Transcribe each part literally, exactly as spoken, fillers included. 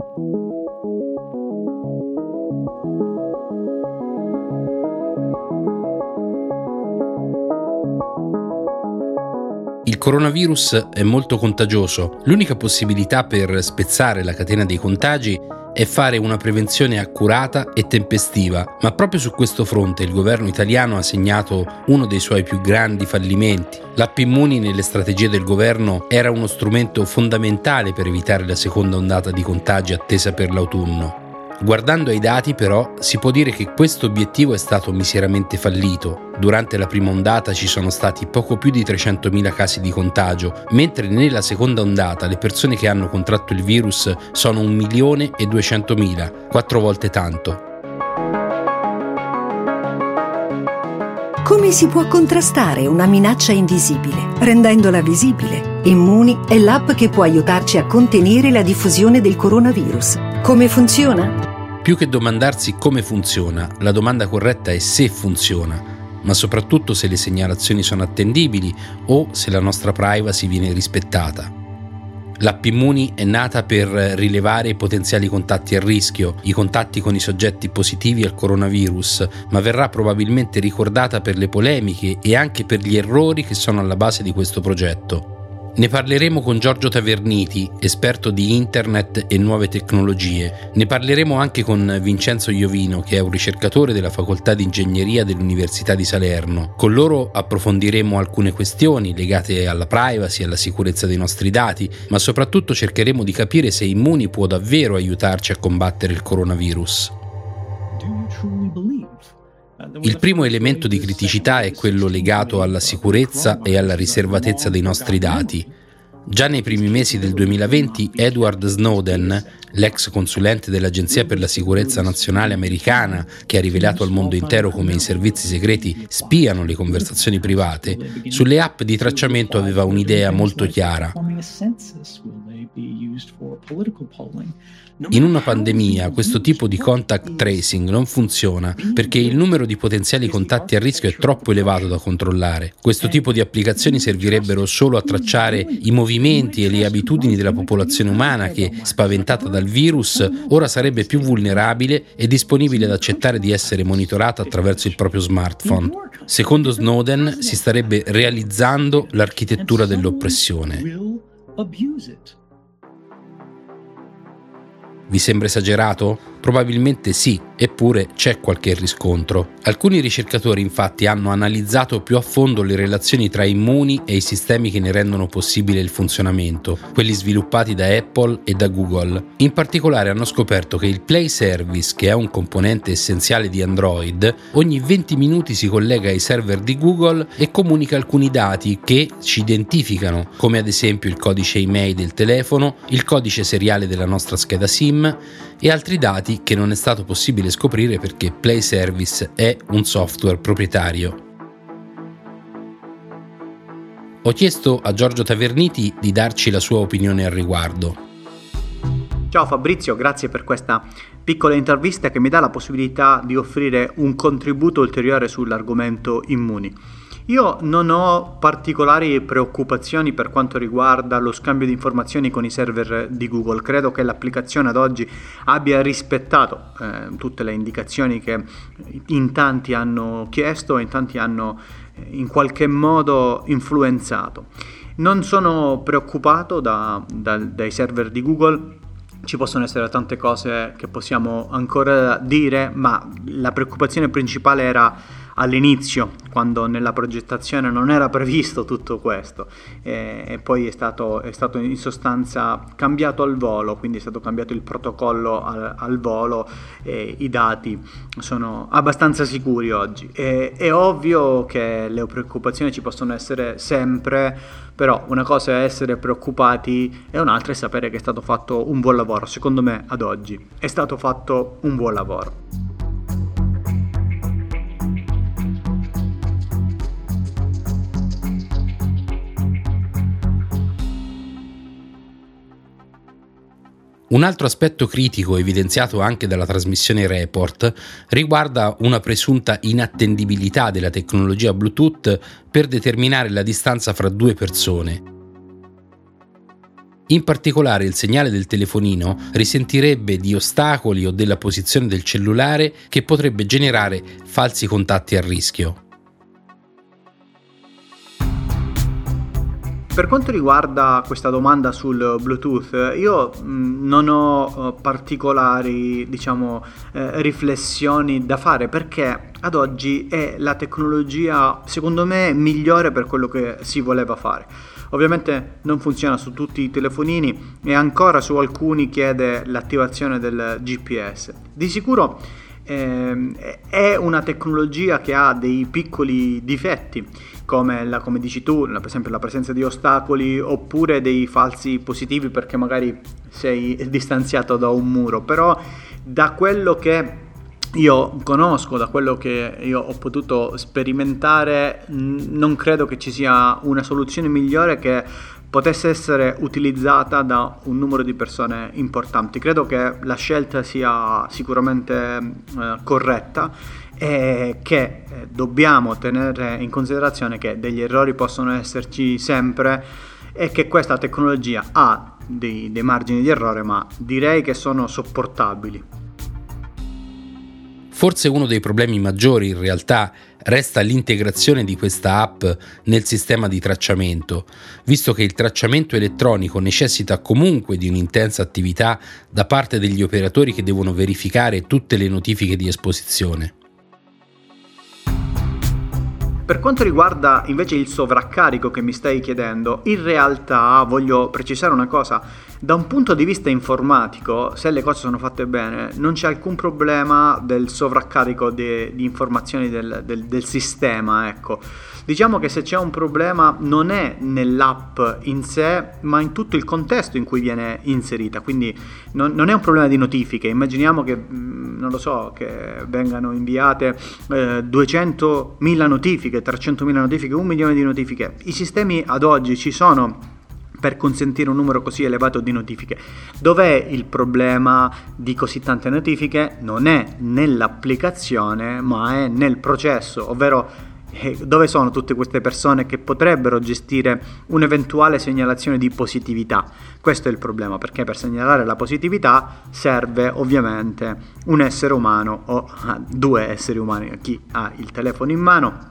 Il coronavirus è molto contagioso. L'unica possibilità per spezzare la catena dei contagi è fare una prevenzione accurata e tempestiva, ma proprio su questo fronte il governo italiano ha segnato uno dei suoi più grandi fallimenti. L'app Immuni nelle strategie del governo era uno strumento fondamentale per evitare la seconda ondata di contagi attesa per l'autunno. Guardando ai dati, però, si può dire che questo obiettivo è stato miseramente fallito. Durante la prima ondata ci sono stati poco più di trecentomila casi di contagio, mentre nella seconda ondata le persone che hanno contratto il virus sono un milione e duecentomila, quattro volte tanto. Come si può contrastare una minaccia invisibile, rendendola visibile? Immuni è l'app che può aiutarci a contenere la diffusione del coronavirus. Come funziona? Più che domandarsi come funziona, la domanda corretta è se funziona, ma soprattutto se le segnalazioni sono attendibili o se la nostra privacy viene rispettata. L'app Immuni è nata per rilevare i potenziali contatti a rischio, i contatti con i soggetti positivi al coronavirus, ma verrà probabilmente ricordata per le polemiche e anche per gli errori che sono alla base di questo progetto. Ne parleremo con Giorgio Taverniti, esperto di internet e nuove tecnologie. Ne parleremo anche con Vincenzo Iovino, che è un ricercatore della Facoltà di Ingegneria dell'Università di Salerno. Con loro approfondiremo alcune questioni legate alla privacy e alla sicurezza dei nostri dati, ma soprattutto cercheremo di capire se Immuni può davvero aiutarci a combattere il coronavirus. Il primo elemento di criticità è quello legato alla sicurezza e alla riservatezza dei nostri dati. Già nei primi mesi del duemilaventi Edward Snowden, l'ex consulente dell'Agenzia per la Sicurezza Nazionale americana, che ha rivelato al mondo intero come i servizi segreti spiano le conversazioni private, sulle app di tracciamento aveva un'idea molto chiara. In una pandemia questo tipo di contact tracing non funziona perché il numero di potenziali contatti a rischio è troppo elevato da controllare. Questo tipo di applicazioni servirebbero solo a tracciare i movimenti e le abitudini della popolazione umana che, spaventata dal virus, ora sarebbe più vulnerabile e disponibile ad accettare di essere monitorata attraverso il proprio smartphone. Secondo Snowden si starebbe realizzando l'architettura dell'oppressione. Vi sembra esagerato? Probabilmente sì, eppure c'è qualche riscontro. Alcuni ricercatori infatti hanno analizzato più a fondo le relazioni tra Immuni e i sistemi che ne rendono possibile il funzionamento, quelli sviluppati da Apple e da Google. In particolare hanno scoperto che il Play Service, che è un componente essenziale di Android, ogni venti minuti si collega ai server di Google e comunica alcuni dati che ci identificano, come ad esempio il codice email del telefono, il codice seriale della nostra scheda SIM e altri dati che non è stato possibile scoprire perché Play Service è un software proprietario. Ho chiesto a Giorgio Taverniti di darci la sua opinione al riguardo. Ciao Fabrizio, grazie per questa piccola intervista che mi dà la possibilità di offrire un contributo ulteriore sull'argomento Immuni. Io non ho particolari preoccupazioni per quanto riguarda lo scambio di informazioni con i server di Google. Credo che l'applicazione ad oggi abbia rispettato eh, tutte le indicazioni che in tanti hanno chiesto e in tanti hanno eh, in qualche modo influenzato. Non sono preoccupato da, da, dai server di Google. Ci possono essere tante cose che possiamo ancora dire, ma la preoccupazione principale era all'inizio, quando nella progettazione non era previsto tutto questo, e, e poi è stato, è stato in sostanza cambiato al volo, quindi è stato cambiato il protocollo al, al volo e i dati sono abbastanza sicuri oggi. E, è ovvio che le preoccupazioni ci possono essere sempre, però una cosa è essere preoccupati e un'altra è sapere che è stato fatto un buon lavoro. Secondo me ad oggi è stato fatto un buon lavoro. Un altro aspetto critico evidenziato anche dalla trasmissione Report riguarda una presunta inattendibilità della tecnologia Bluetooth per determinare la distanza fra due persone. In particolare il segnale del telefonino risentirebbe di ostacoli o della posizione del cellulare che potrebbe generare falsi contatti a rischio. Per quanto riguarda questa domanda sul Bluetooth, io mh, non ho uh, particolari, diciamo, eh, riflessioni da fare, perché ad oggi è la tecnologia, secondo me, migliore per quello che si voleva fare. Ovviamente non funziona su tutti i telefonini e ancora su alcuni chiede l'attivazione del G P S. Di sicuro eh, è una tecnologia che ha dei piccoli difetti, come, la, come dici tu, la, per esempio la presenza di ostacoli oppure dei falsi positivi perché magari sei distanziato da un muro, però da quello che io conosco, da quello che io ho potuto sperimentare, non credo che ci sia una soluzione migliore che potesse essere utilizzata da un numero di persone importanti. Credo che la scelta sia sicuramente eh, corretta e che eh, dobbiamo tenere in considerazione che degli errori possono esserci sempre e che questa tecnologia ha dei, dei margini di errore, ma direi che sono sopportabili. Forse uno dei problemi maggiori in realtà resta l'integrazione di questa app nel sistema di tracciamento, visto che il tracciamento elettronico necessita comunque di un'intensa attività da parte degli operatori che devono verificare tutte le notifiche di esposizione. Per quanto riguarda invece il sovraccarico che mi stai chiedendo, in realtà voglio precisare una cosa: da un punto di vista informatico, se le cose sono fatte bene, non c'è alcun problema del sovraccarico di, di informazioni del, del, del sistema, ecco. Diciamo che se c'è un problema non è nell'app in sé, ma in tutto il contesto in cui viene inserita, quindi non, non è un problema di notifiche. Immaginiamo che, non lo so, che vengano inviate eh, duecentomila notifiche, trecentomila notifiche, un milione di notifiche. I sistemi ad oggi ci sono per consentire un numero così elevato di notifiche. Dov'è il problema di così tante notifiche? Non è nell'applicazione, ma è nel processo, ovvero dove sono tutte queste persone che potrebbero gestire un'eventuale segnalazione di positività. Questo è il problema, perché per segnalare la positività serve ovviamente un essere umano o due esseri umani, chi ha il telefono in mano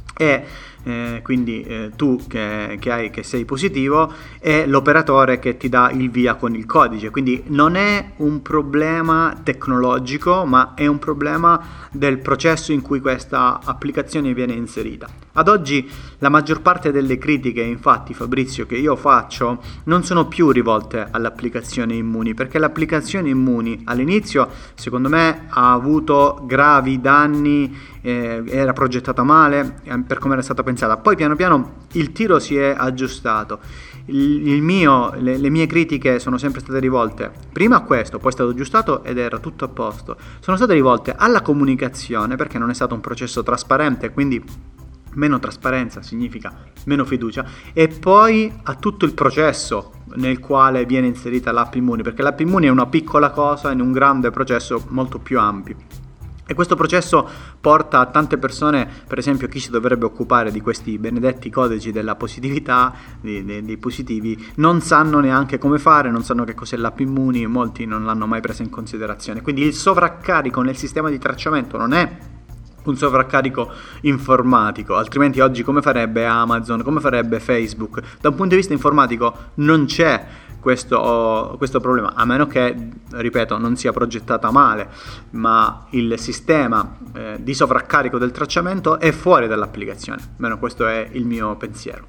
e eh, quindi eh, tu che, che, hai, che sei positivo e l'operatore che ti dà il via con il codice. Quindi non è un problema tecnologico, ma è un problema del processo in cui questa applicazione viene inserita. Ad oggi la maggior parte delle critiche, infatti, Fabrizio, che io faccio non sono più rivolte all'applicazione Immuni, perché l'applicazione Immuni all'inizio secondo me ha avuto gravi danni, eh, era progettata male eh, per come era stata pensata. Poi piano piano il tiro si è aggiustato. Il, il mio, le, le mie critiche sono sempre state rivolte prima a questo, poi è stato aggiustato ed era tutto a posto. Sono state rivolte alla comunicazione, perché non è stato un processo trasparente, quindi meno trasparenza significa meno fiducia, e poi a tutto il processo nel quale viene inserita l'app Immuni, perché l'app Immuni è una piccola cosa in un grande processo molto più ampio. E questo processo porta a tante persone, per esempio chi si dovrebbe occupare di questi benedetti codici della positività, dei, dei, dei positivi, non sanno neanche come fare, non sanno che cos'è l'app Immuni, molti non l'hanno mai presa in considerazione. Quindi il sovraccarico nel sistema di tracciamento non è un sovraccarico informatico, altrimenti oggi come farebbe Amazon, come farebbe Facebook? Da un punto di vista informatico non c'è questo, questo problema, a meno che, ripeto, non sia progettata male, ma il sistema eh, di sovraccarico del tracciamento è fuori dall'applicazione, almeno questo è il mio pensiero.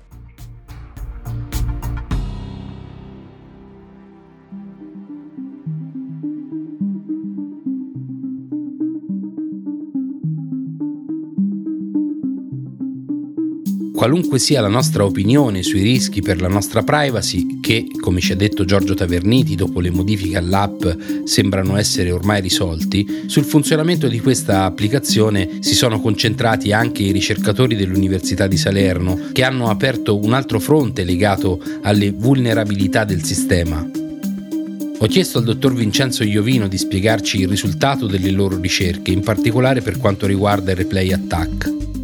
Qualunque sia la nostra opinione sui rischi per la nostra privacy, che, come ci ha detto Giorgio Taverniti, dopo le modifiche all'app sembrano essere ormai risolti, sul funzionamento di questa applicazione si sono concentrati anche i ricercatori dell'Università di Salerno, che hanno aperto un altro fronte legato alle vulnerabilità del sistema. Ho chiesto al dottor Vincenzo Iovino di spiegarci il risultato delle loro ricerche, in particolare per quanto riguarda il replay attack.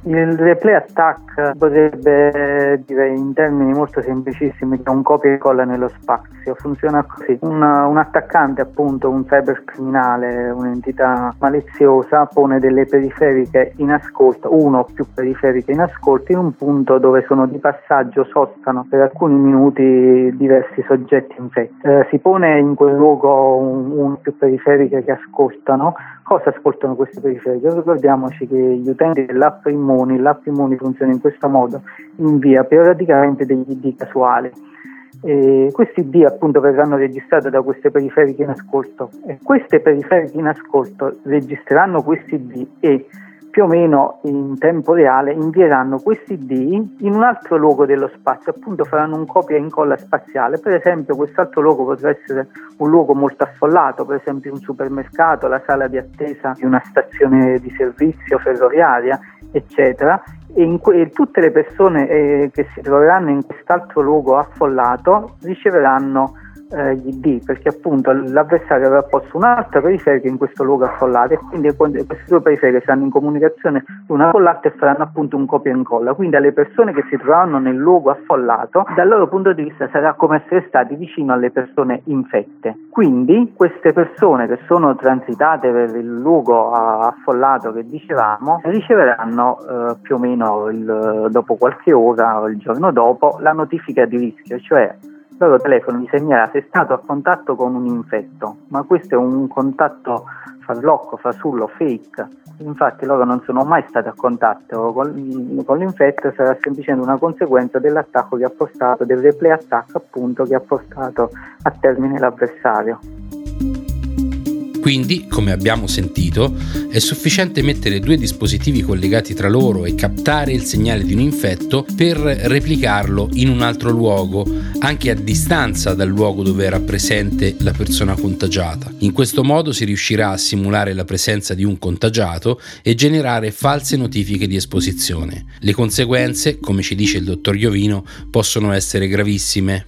Il replay attack potrebbe dire in termini molto semplicissimi che è un copia e incolla nello spazio. Funziona così: un, un attaccante, appunto un cybercriminale, un'entità maliziosa, pone delle periferiche in ascolto, uno o più periferiche in ascolto, in un punto dove sono di passaggio, sostano per alcuni minuti diversi soggetti infetti. Eh, si pone in quel luogo uno o più periferiche che ascoltano. Cosa ascoltano queste periferiche? Ricordiamoci che gli utenti dell'app Immuni, l'app Immuni funziona in questo modo: invia periodicamente degli I D casuali. E questi I D appunto verranno registrati da queste periferiche in ascolto, e queste periferiche in ascolto registreranno questi I D e più o meno in tempo reale invieranno questi I D in un altro luogo dello spazio, appunto faranno un copia e incolla spaziale. Per esempio quest'altro luogo potrà essere un luogo molto affollato, per esempio un supermercato, la sala di attesa di una stazione di servizio ferroviaria, eccetera, e in que- tutte le persone eh, che si troveranno in quest'altro luogo affollato riceveranno eh, gli I D, perché appunto l'avversario avrà posto un'altra periferica in questo luogo affollato, e quindi queste due periferiche saranno in comunicazione l'una con l'altra e faranno appunto un copia e incolla. Quindi alle persone che si trovavano nel luogo affollato, dal loro punto di vista sarà come essere stati vicino alle persone infette. Quindi queste persone che sono transitate per il luogo affollato che dicevamo riceveranno eh, più o meno il, dopo qualche ora o il giorno dopo la notifica di rischio, cioè il loro telefono gli segnalerà se è stato a contatto con un infetto, ma questo è un contatto farlocco, fasullo, fake. Infatti loro non sono mai stati a contatto con, con l'infetto, sarà semplicemente una conseguenza dell'attacco che ha portato, del replay attack appunto, che ha portato a termine l'avversario. Quindi, come abbiamo sentito, è sufficiente mettere due dispositivi collegati tra loro e captare il segnale di un infetto per replicarlo in un altro luogo, anche a distanza dal luogo dove era presente la persona contagiata. In questo modo si riuscirà a simulare la presenza di un contagiato e generare false notifiche di esposizione. Le conseguenze, come ci dice il dottor Iovino, possono essere gravissime.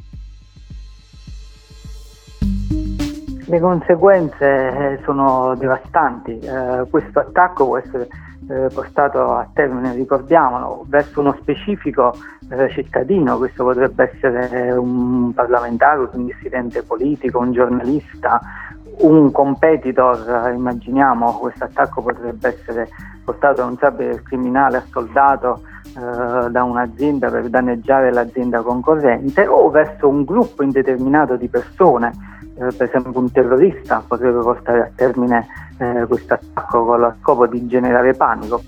Le conseguenze sono devastanti. Eh, questo attacco può essere eh, portato a termine, ricordiamolo, verso uno specifico eh, cittadino. Questo potrebbe essere un parlamentare, un dissidente politico, un giornalista, un competitor. Immaginiamo, questo attacco potrebbe essere portato da un cybercriminale assoldato eh, da un'azienda per danneggiare l'azienda concorrente, o verso un gruppo indeterminato di persone. Eh, per esempio un terrorista potrebbe portare a termine eh, questo attacco con lo scopo di generare panico.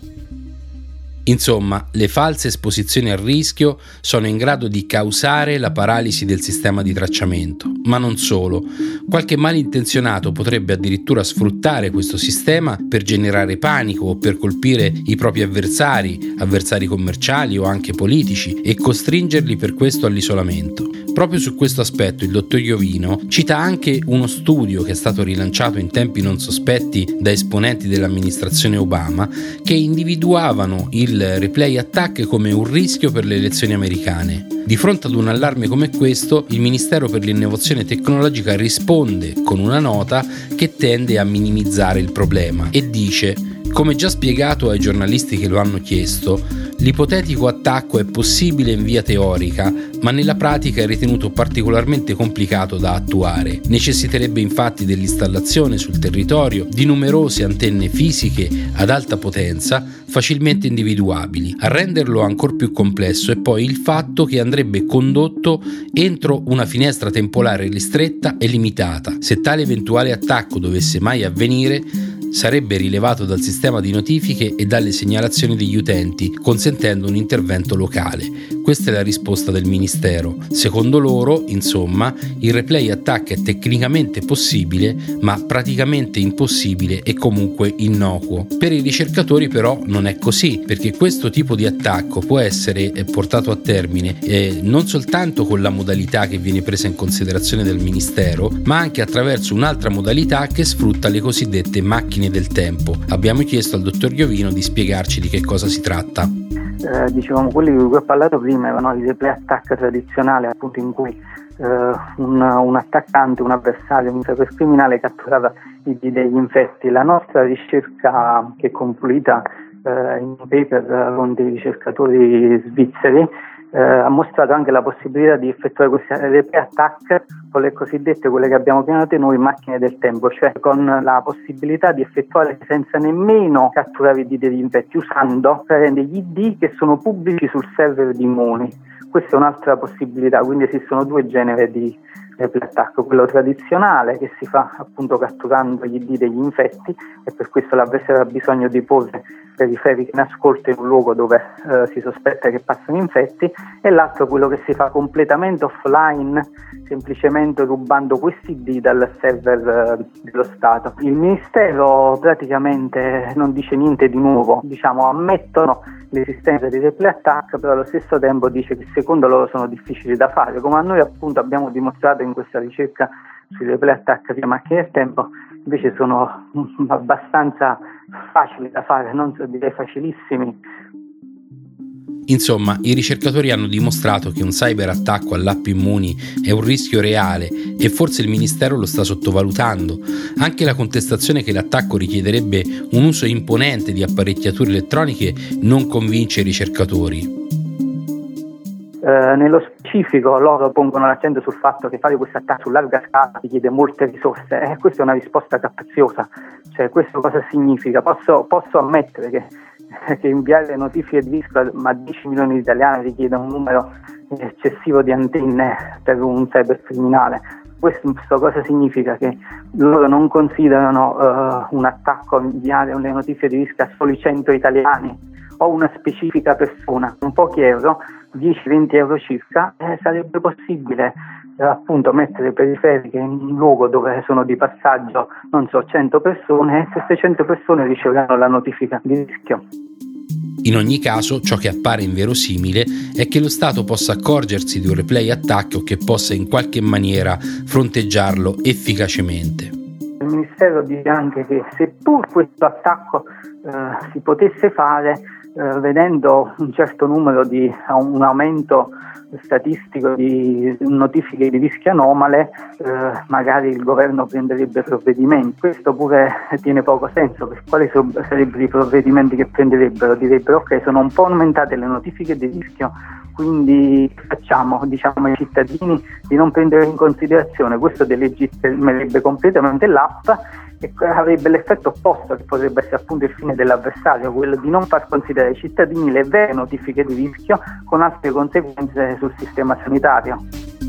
Insomma, le false esposizioni al rischio sono in grado di causare la paralisi del sistema di tracciamento, ma non solo. Qualche malintenzionato potrebbe addirittura sfruttare questo sistema per generare panico o per colpire i propri avversari, avversari commerciali o anche politici, e costringerli per questo all'isolamento. Proprio su questo aspetto il dottor Iovino cita anche uno studio che è stato rilanciato in tempi non sospetti da esponenti dell'amministrazione Obama, che individuavano il replay attack come un rischio per le elezioni americane. Di fronte ad un allarme come questo, il Ministero per l'innovazione tecnologica risponde con una nota che tende a minimizzare il problema e dice: come già spiegato ai giornalisti che lo hanno chiesto, l'ipotetico attacco è possibile in via teorica, ma nella pratica è ritenuto particolarmente complicato da attuare. Necessiterebbe infatti dell'installazione sul territorio di numerose antenne fisiche ad alta potenza facilmente individuabili. A renderlo ancor più complesso è poi il fatto che andrebbe condotto entro una finestra temporale ristretta e limitata. Se tale eventuale attacco dovesse mai avvenire, sarebbe rilevato dal sistema di notifiche e dalle segnalazioni degli utenti, consentendo un intervento locale. Questa è la risposta del Ministero. Secondo loro, insomma, il replay attack è tecnicamente possibile, ma praticamente impossibile e comunque innocuo. Per i ricercatori però non è così, perché questo tipo di attacco può essere portato a termine eh, non soltanto con la modalità che viene presa in considerazione dal Ministero, ma anche attraverso un'altra modalità che sfrutta le cosiddette macchine del tempo. Abbiamo chiesto al dottor Iovino di spiegarci di che cosa si tratta. Eh, dicevamo, quelli di cui ho parlato prima erano i replay attack tradizionali, appunto, in cui eh, un, un attaccante, un avversario, un cybercriminale catturava i degli infetti. La nostra ricerca, che è concluita eh, in un paper con dei ricercatori svizzeri, eh, ha mostrato anche la possibilità di effettuare questi replay attack con le cosiddette, quelle che abbiamo chiamato noi, macchine del tempo, cioè con la possibilità di effettuare senza nemmeno catturare i dati degli infetti, usando degli I D che sono pubblici sul server di Immuni. Questa è un'altra possibilità, quindi esistono due generi di replay attack, quello tradizionale che si fa appunto catturando gli I D degli infetti, e per questo l'avversario ha bisogno di porre periferiche in ascolto in un luogo dove eh, si sospetta che passano infetti, e l'altro quello che si fa completamente offline, semplicemente rubando questi I D dal server eh, dello Stato. Il Ministero praticamente non dice niente di nuovo, diciamo ammettono l'esistenza di replay attack, però allo stesso tempo dice che secondo loro sono difficili da fare, come a noi appunto abbiamo dimostrato in questa ricerca sui replay attack via macchine del tempo. Invece sono abbastanza facili da fare, non so, direi facilissimi. Insomma, i ricercatori hanno dimostrato che un cyberattacco all'app Immuni è un rischio reale e forse il Ministero lo sta sottovalutando. Anche la contestazione che l'attacco richiederebbe un uso imponente di apparecchiature elettroniche non convince i ricercatori. Eh, nello specifico loro pongono l'accento sul fatto che fare questo attacco su larga scala richiede molte risorse, e eh, questa è una risposta capziosa. Cioè, questo cosa significa? Posso, posso ammettere che, che inviare le notifiche di rischio a dieci milioni di italiani richiede un numero eccessivo di antenne per un cybercriminale. Questo cosa significa? Che loro non considerano uh, un attacco inviare le notifiche di rischio a soli cento italiani o una specifica persona, con pochi euro, dieci venti euro circa, eh, sarebbe possibile eh, appunto mettere periferiche in un luogo dove sono di passaggio, non so, cento persone, e queste cento persone riceveranno la notifica di rischio. In ogni caso, ciò che appare inverosimile è che lo Stato possa accorgersi di un replay attack o che possa in qualche maniera fronteggiarlo efficacemente. Il Ministero dice anche che seppur questo attacco eh, si potesse fare, eh, vedendo un certo numero di un aumento statistico di notifiche di rischio anomale, eh, magari il governo prenderebbe provvedimenti. Questo pure tiene poco senso, perché quali so- sarebbero i provvedimenti che prenderebbero? Direbbero ok, sono un po' aumentate le notifiche di rischio, quindi facciamo, diciamo ai cittadini di non prendere in considerazione. Questo delegittimerebbe completamente l'app e avrebbe l'effetto opposto, che potrebbe essere appunto il fine dell'avversario, quello di non far considerare ai cittadini le vere notifiche di rischio, con altre conseguenze sul sistema sanitario.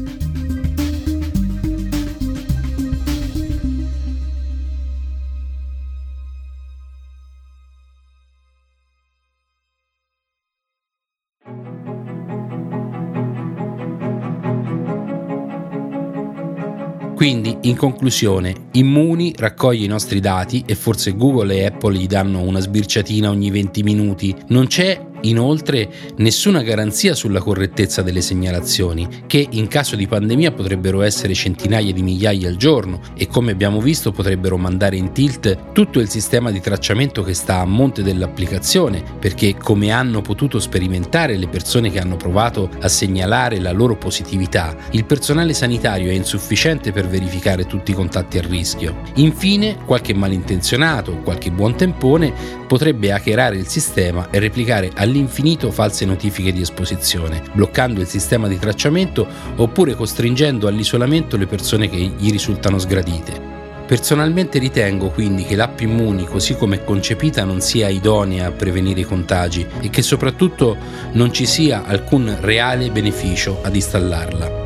Quindi, in conclusione, Immuni raccoglie i nostri dati e forse Google e Apple gli danno una sbirciatina ogni venti minuti. Non c'è inoltre nessuna garanzia sulla correttezza delle segnalazioni, che in caso di pandemia potrebbero essere centinaia di migliaia al giorno e, come abbiamo visto, potrebbero mandare in tilt tutto il sistema di tracciamento che sta a monte dell'applicazione, perché, come hanno potuto sperimentare le persone che hanno provato a segnalare la loro positività, il personale sanitario è insufficiente per verificare tutti i contatti a rischio. Infine, qualche malintenzionato, qualche buon tempone potrebbe hackerare il sistema e replicare all'infinito false notifiche di esposizione, bloccando il sistema di tracciamento oppure costringendo all'isolamento le persone che gli risultano sgradite. Personalmente ritengo quindi che l'app Immuni, così come è concepita, non sia idonea a prevenire i contagi e che soprattutto non ci sia alcun reale beneficio ad installarla.